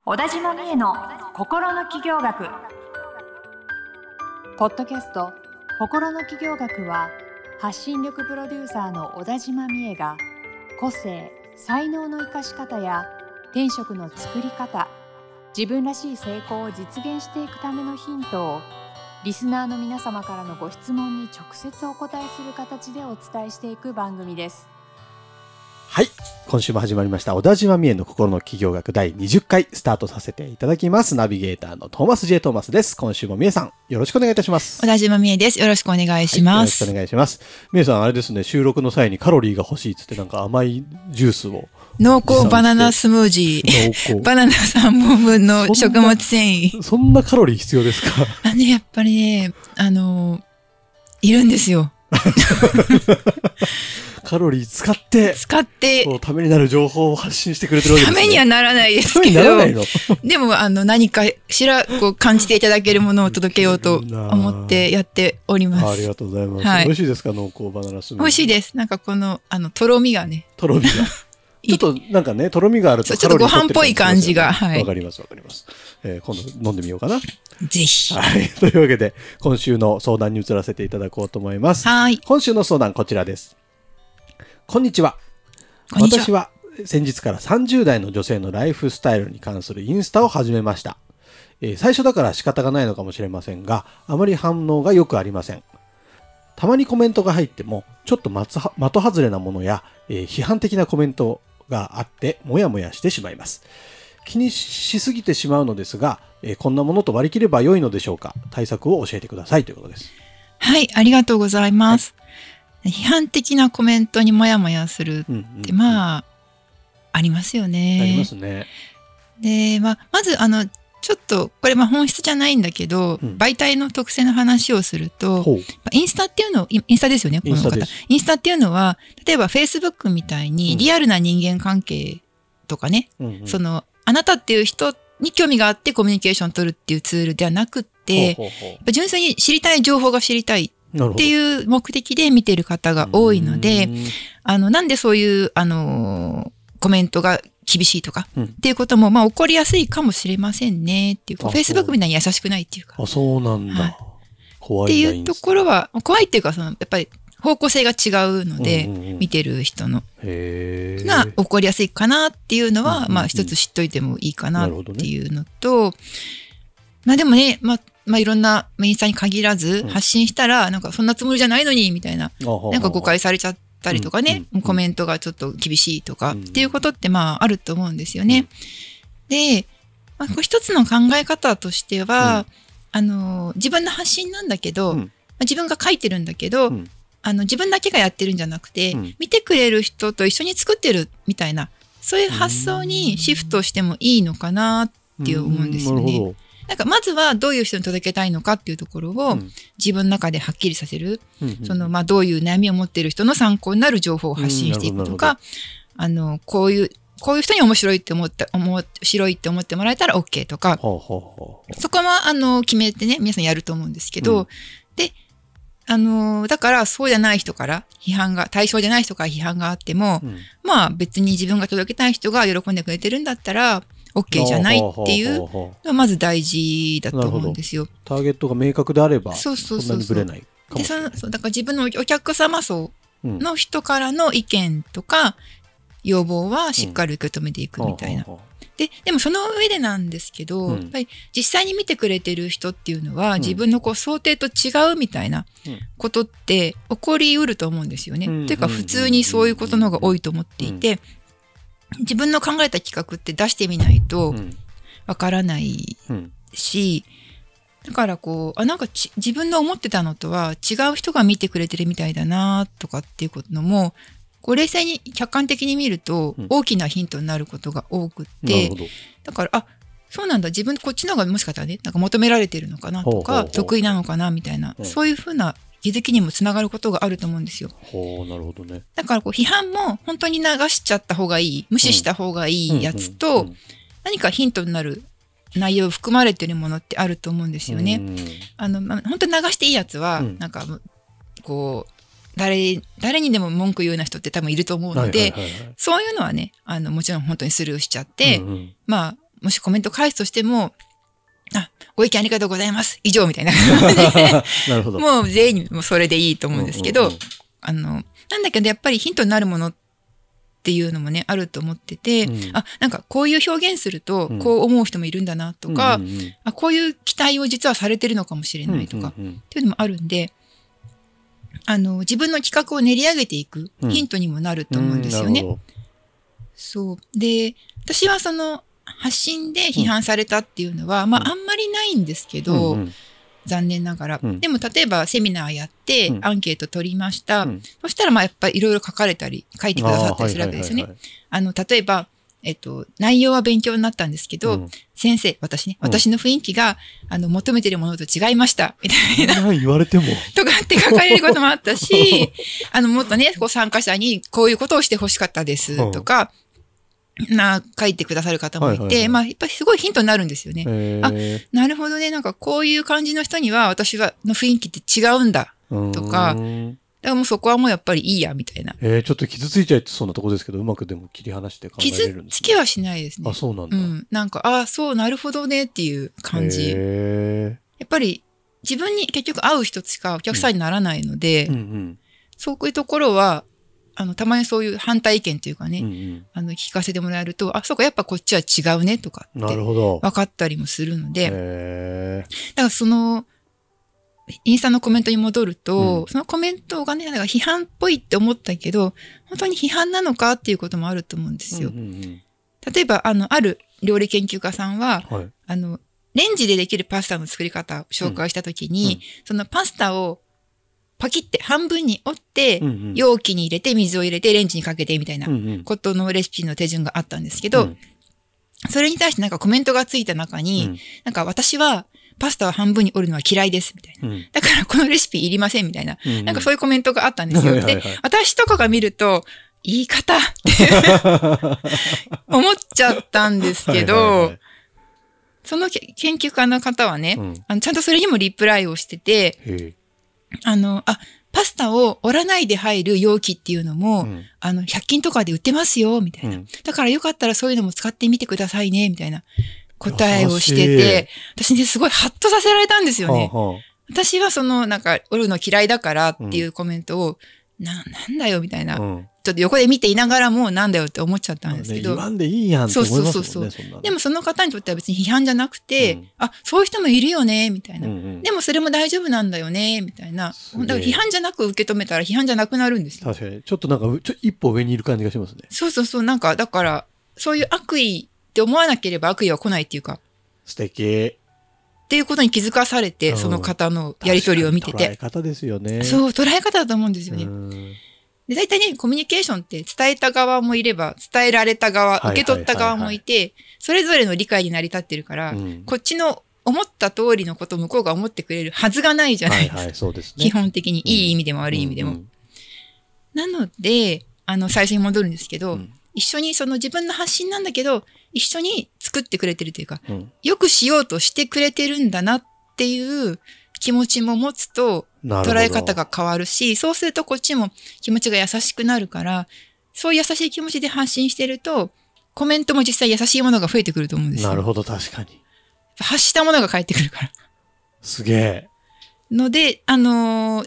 小田島美恵の心の起業学。ポッドキャスト心の起業学は、発信力プロデューサーの小田島美恵が個性、才能の生かし方や転職の作り方、自分らしい成功を実現していくためのヒントをリスナーの皆様からのご質問に直接お答えする形でお伝えしていく番組です。 はい、今週も始まりました小田島美恵の心の起業学第20回スタートさせていただきます。ナビゲーターのトーマス J トーマスです。今週も美恵さんよろしくお願いいたします。 小田島美恵です。よろしくお願いします。 よろしくお願いします。美恵さん、あれですね、収録の際にカロリーが欲しいっつってなんか甘いジュースを濃厚バナナスムージーバナナ3本分の食物繊維。 そんなカロリー必要ですか？ やっぱりね、いるんですよ。 カロリー使ってためになる情報を発信してくれてるわけですね。 ためにはならないですけど、でも何かしらこう感じていただけるものを届けようと思ってやっております。 ありがとうございます。 はい、 美味しいですか？濃厚バナナスムージー。 美味しいです。なんかこのとろみがね。 とろみが。ちょっとなんかね、とろみがあるとカロリー取ってる感じ、ね、ちょっとご飯っぽい感じが。はい。わかりますわかります。今度飲んでみようかな。 ぜひ。 はい。というわけで、今週の相談に移らせていただこうと思います。 はい。 今週の相談こちらです。こんにちは。私は先日から30代の女性のライフスタイルに関するインスタを始めました。最初だから仕方がないのかもしれませんが、あまり反応がよくありません。たまにコメントが入っても、ちょっと的外れなものや、批判的なコメントがあってもやもやしてしまいます。気にしすぎてしまうのですが、こんなものと割り切れば良いのでしょうか？対策を教えてくださいということです。 はい、ありがとうございます。はい、批判的なコメントにもやもやするって、ありますよね。 ありますね。 で、まずちょっとこれ本質じゃないんだけど、媒体の特性の話をすると、インスタっていうの、インスタですよね、この方。インスタっていうのは、例えば Facebook みたいにリアルな人間関係とかね、あなたっていう人に興味があってコミュニケーションを取るっていうツールではなくって、純粋に知りたい情報が知りたいっていう目的で見てる方が多いので、なんでそういうコメントが厳しいとかっていうことも起こりやすいかもしれませんねっていうか、Facebook みたいに優しくないっていうか。 あ、そうなんだ。はい、 怖いっていうところは、怖いっていうかやっぱり方向性が違うので、見てる人のが起こりやすいかなっていうのは、一つ知っといてもいいかなっていうのと、でもね、いろんなインスタに限らず発信したら、なんかそんなつもりじゃないのにみたいな、なんか誤解されちゃったりとかね、コメントがちょっと厳しいとかっていうことってあると思うんですよね。で、一つの考え方としては、自分の発信なんだけど、自分が書いてるんだけど、自分だけがやってるんじゃなくて、見てくれる人と一緒に作ってるみたいな、そういう発想にシフトしてもいいのかなって思うんですよね。なんかまずはどういう人に届けたいのかっていうところを自分の中ではっきりさせる。どういう悩みを持っている人の参考になる情報を発信していくとか、こういう人に面白いって思ってもらえたら OK とか、そこは決めてね、皆さんやると思うんですけど、で、だからそうじゃない人から対象じゃない人から批判があっても、別に自分が届けたい人が喜んでくれてるんだったら、OK じゃないっていうのはまず大事だと思うんですよ。 ターゲットが明確であれば、そんなにブレないかもしれない。 だから自分のお客様層の人からの意見とか要望はしっかり受け止めていくみたいな。でもその上でなんですけど、やっぱり実際に見てくれてる人っていうのは、自分の想定と違うみたいなことって起こりうると思うんですよね。というか普通にそういうことの方が多いと思っていて、自分の考えた企画って出してみないとわからないし、だからなんか自分の思ってたのとは違う人が見てくれてるみたいだなとかっていうのも、冷静に客観的に見ると大きなヒントになることが多くって、だからそうなんだ、自分こっちの方がもしかしたらね、なんか求められてるのかなとか得意なのかなみたいな、そういうふうな気づきにもつながることがあると思うんですよ。 なるほどね。 だから批判も本当に流しちゃった方がいい、無視した方がいいやつと、何かヒントになる内容含まれているものってあると思うんですよね。本当に流していいやつは、なんか誰にでも文句言うような人って多分いると思うので、そういうのはね、もちろん本当にスルーしちゃって、 もしコメント返すとしても、ご意見ありがとうございます。以上みたいな感じで。 なるほど。 もう全員もそれでいいと思うんですけど、なんだけどやっぱりヒントになるものっていうのもね、あると思ってて、なんかこういう表現すると、こう思う人もいるんだなとか、こういう期待を実はされてるのかもしれないとか、っていうのもあるんで、自分の企画を練り上げていくヒントにもなると思うんですよね。そう。で、私はその発信で批判されたっていうのは、あんまりないんですけど、残念ながら。でも例えばセミナーやってアンケート取りました。そしたらやっぱりいろいろ書いてくださったりするわけですよね。例えば、内容は勉強になったんですけど、先生、私の雰囲気が、求めてるものと違いました、みたいな。 言われても。 とかって書かれることもあったし、もっとね、参加者にこういうことをしてほしかったです、とか、書いてくださる方もいて、やっぱりすごいヒントになるんですよね。なるほどね、なんかこういう感じの人には私の雰囲気って違うんだ、とか、だからもうそこはもうやっぱりいいや、みたいな。 ちょっと傷ついちゃいそうなとこですけど、うまくでも切り離して考えれるんですね。 傷つきはしないですね。 そうなんだ。 なんか、そう、なるほどねっていう感じ。やっぱり自分に結局会う人しかお客さんにならないので、そういうところは、たまにそういう反対意見というかね、聞かせてもらえると、そうか、やっぱこっちは違うねとかって、分かったりもするので、だからインスタのコメントに戻ると、そのコメントがね、なんか批判っぽいって思ったけど、本当に批判なのかっていうこともあると思うんですよ。例えば、ある料理研究家さんは、レンジでできるパスタの作り方を紹介したときに、そのパスタをパキって半分に折って、容器に入れて水を入れてレンジにかけてみたいなことのレシピの手順があったんですけど、それに対してなんかコメントがついた中に、なんか私はパスタを半分に折るのは嫌いですみたいな。だからこのレシピいりませんみたいな。なんかそういうコメントがあったんですよ。で、私とかが見ると、言い方って思っちゃったんですけど、その研究家の方はね、ちゃんとそれにもリプライをしてて、パスタを折らないで入る容器っていうのも、100均とかで売ってますよ、みたいな。だからよかったらそういうのも使ってみてくださいね、みたいな答えをしてて、私ね、すごいハッとさせられたんですよね。私はなんか、折るの嫌いだからっていうコメントを、なんだよ、みたいな。ちょっと横で見ていながらもなんだよって思っちゃったんですけど。 言わんでいいやんって思いますもんね。 でもその方にとっては別に批判じゃなくて、そういう人もいるよね、みたいな。でもそれも大丈夫なんだよね、みたいな。だから批判じゃなく受け止めたら批判じゃなくなるんですよ。 確かに。ちょっとなんか、一歩上にいる感じがしますね。 そう。なんか、だから、そういう悪意って思わなければ悪意は来ないっていうか。 素敵。 っていうことに気づかされて、その方のやりとりを見てて。 捉え方ですよね。 そう、捉え方だと思うんですよね。で、大体ね、コミュニケーションって伝えた側もいれば、伝えられた側、受け取った側もいて、それぞれの理解に成り立ってるから、こっちの思った通りのことを向こうが思ってくれるはずがないじゃないですか。基本的に、いい意味でも悪い意味でも。なので、最初に戻るんですけど、一緒に自分の発信なんだけど、一緒に作ってくれてるというか、よくしようとしてくれてるんだなっていう気持ちも持つと、捉え方が変わるし、そうするとこっちも気持ちが優しくなるから、そういう優しい気持ちで発信してると、コメントも実際優しいものが増えてくると思うんですよ。 なるほど、確かに。 発したものが返ってくるから。 すげえ。 ので、お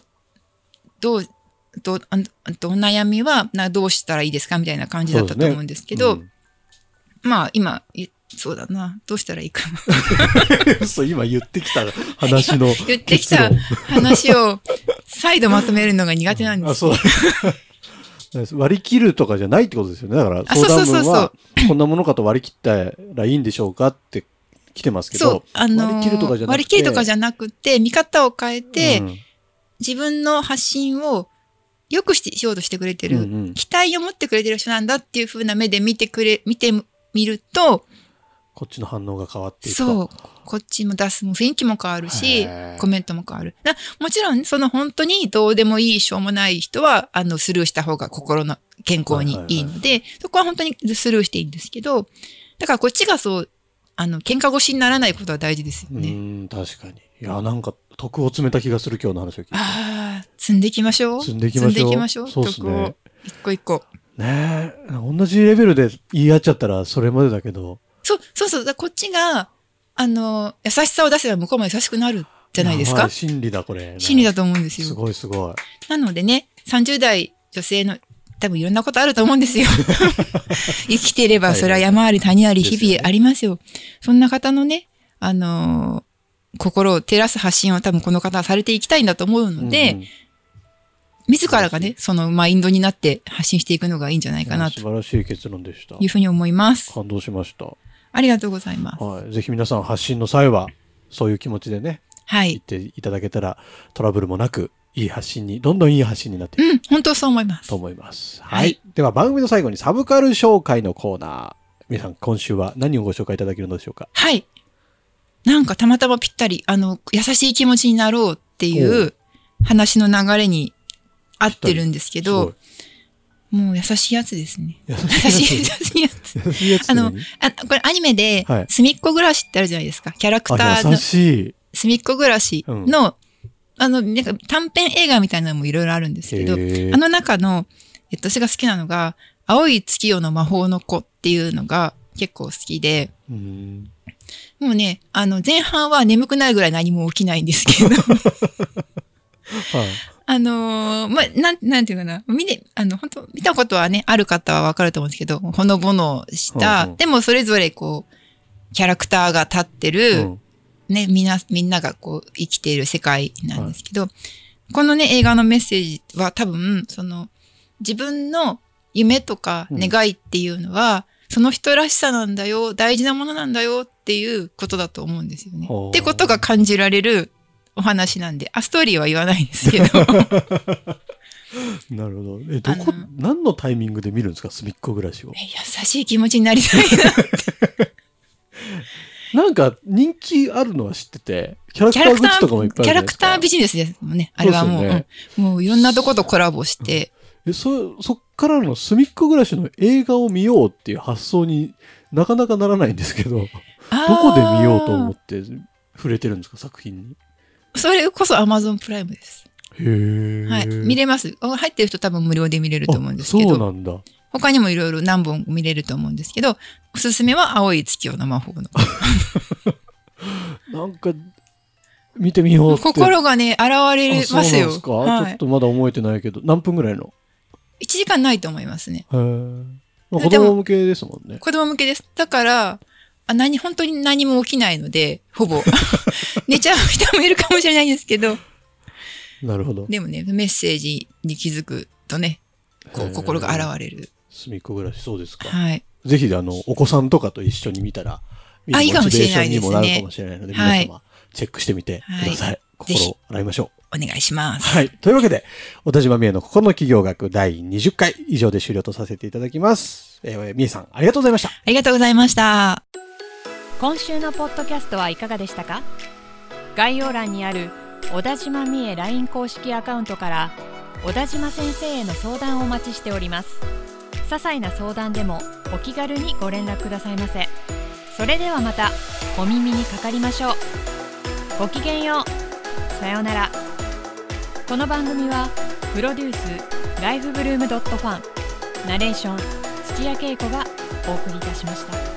悩みはどうしたらいいですかみたいな感じだったと思うんですけど、今、そうだな。どうしたらいいかな。 そう、今言ってきた話の。 言ってきた話を再度まとめるのが苦手なんですよ。 割り切るとかじゃないってことですよね。だから相談文はこんなものかと割り切ったらいいんでしょうかって来てますけど、割り切るとかじゃなくて。 割り切るとかじゃなくて、見方を変えて、自分の発信を良くしようとしてくれてる、期待を持ってくれてる人なんだっていう風な目で見てみると、 こっちの反応が変わっていくと。 そう。こっちも出す雰囲気も変わるし、コメントも変わる。もちろん、本当にどうでもいい、しょうもない人は、スルーした方が心の健康にいいので、そこは本当にスルーしていいんですけど、だからこっちが喧嘩腰にならないことは大事ですよね。 確かに。いや、なんか、徳を詰めた気がする今日の話を聞いて。 積んでいきましょう。 積んでいきましょう。 そうですね。一個一個。 ねえ、同じレベルで言い合っちゃったらそれまでだけど、 そうこっちが優しさを出せば向こうも優しくなるじゃないですか。 真理だこれ。 真理だと思うんですよ。 すごいすごい。 なのでね、30代女性の多分いろんなことあると思うんですよ。生きていればそれは山あり谷あり日々ありますよ。そんな方のね、心を照らす発信を多分この方はされていきたいんだと思うので、自らがね、そのマインドになって発信していくのがいいんじゃないかなと。 素晴らしい結論でした。 いうふうに思います。 感動しました。 ありがとうございます。 はい。ぜひ皆さん発信の際は、そういう気持ちでね、 はい。 言っていただけたら、トラブルもなく、いい発信に、どんどんいい発信になっていく。 本当そう思います。 と思います。はい。では番組の最後にサブカル紹介のコーナー。皆さん今週は何をご紹介いただけるのでしょうか。 はい。なんかたまたまぴったり、優しい気持ちになろうっていう話の流れに合ってるんですけど、もう優しいやつですね。優しいやつ。これアニメで、すみっこ暮らしってあるじゃないですか。キャラクターの。 優しい。 すみっこ暮らしの、なんか短編映画みたいなのもいろいろあるんですけど、中の、私が好きなのが、青い月夜の魔法の子っていうのが結構好きで、もうね、前半は眠くなるぐらい何も起きないんですけど、なんていうかな、本当見たことはね、ある方はわかると思うんですけど、ほのぼのした、でもそれぞれこう、キャラクターが立ってる、ね、みんながこう、生きている世界なんですけど、このね、映画のメッセージは多分、自分の夢とか願いっていうのは、その人らしさなんだよ、大事なものなんだよっていうことだと思うんですよね。ってことが感じられるお話なんで、ストーリーは言わないんですけど。 なるほど。何のタイミングで見るんですか、すみっこ暮らしを。 優しい気持ちになりたいなって。 なんか人気あるのは知ってて、キャラクターグッズとかもいっぱいあるじゃないですか。 キャラクタービジネスですもんね。あれはもう、もういろんなとことコラボして。 そっからのすみっこ暮らしの映画を見ようっていう発想になかなかならないんですけど、どこで見ようと思って触れてるんですか、作品に。 それこそ Amazon プライムです。 へー。 はい。見れます。入ってる人多分無料で見れると思うんですけど。 そうなんだ。 他にもいろいろ何本見れると思うんですけど、おすすめは青い月夜の魔法の。 なんか、見てみようって。 心がね、現れますよ。 そうなんですか、ちょっとまだ覚えてないけど、何分ぐらいの ?1 時間ないと思いますね。 へー。子供向けですもんね。 子供向けです。だから、本当に何も起きないので、ほぼ。寝ちゃう人もいるかもしれないんですけど。 なるほど。 でもね、メッセージに気づくとね、こう心が現れる。 すみっこ暮らし、そうですか。 はい。 ぜひ、お子さんとかと一緒に見たら、 いいかもしれないですね。 モチベーションにもなるかもしれないので、皆様、チェックしてみてください。心を洗いましょう。お願いします。 はい。というわけで、小田島美恵の心の企業学第20回以上で終了とさせていただきます。美恵さん、ありがとうございました。 ありがとうございました。 今週のポッドキャストはいかがでしたか？概要欄にある小田島美恵 LINE 公式アカウントから小田島先生への相談をお待ちしております。些細な相談でもお気軽にご連絡くださいませ。それではまたお耳にかかりましょう。ごきげんよう。さようなら。この番組はプロデュースライフブルームドットファン、ナレーション土屋恵子がお送りいたしました。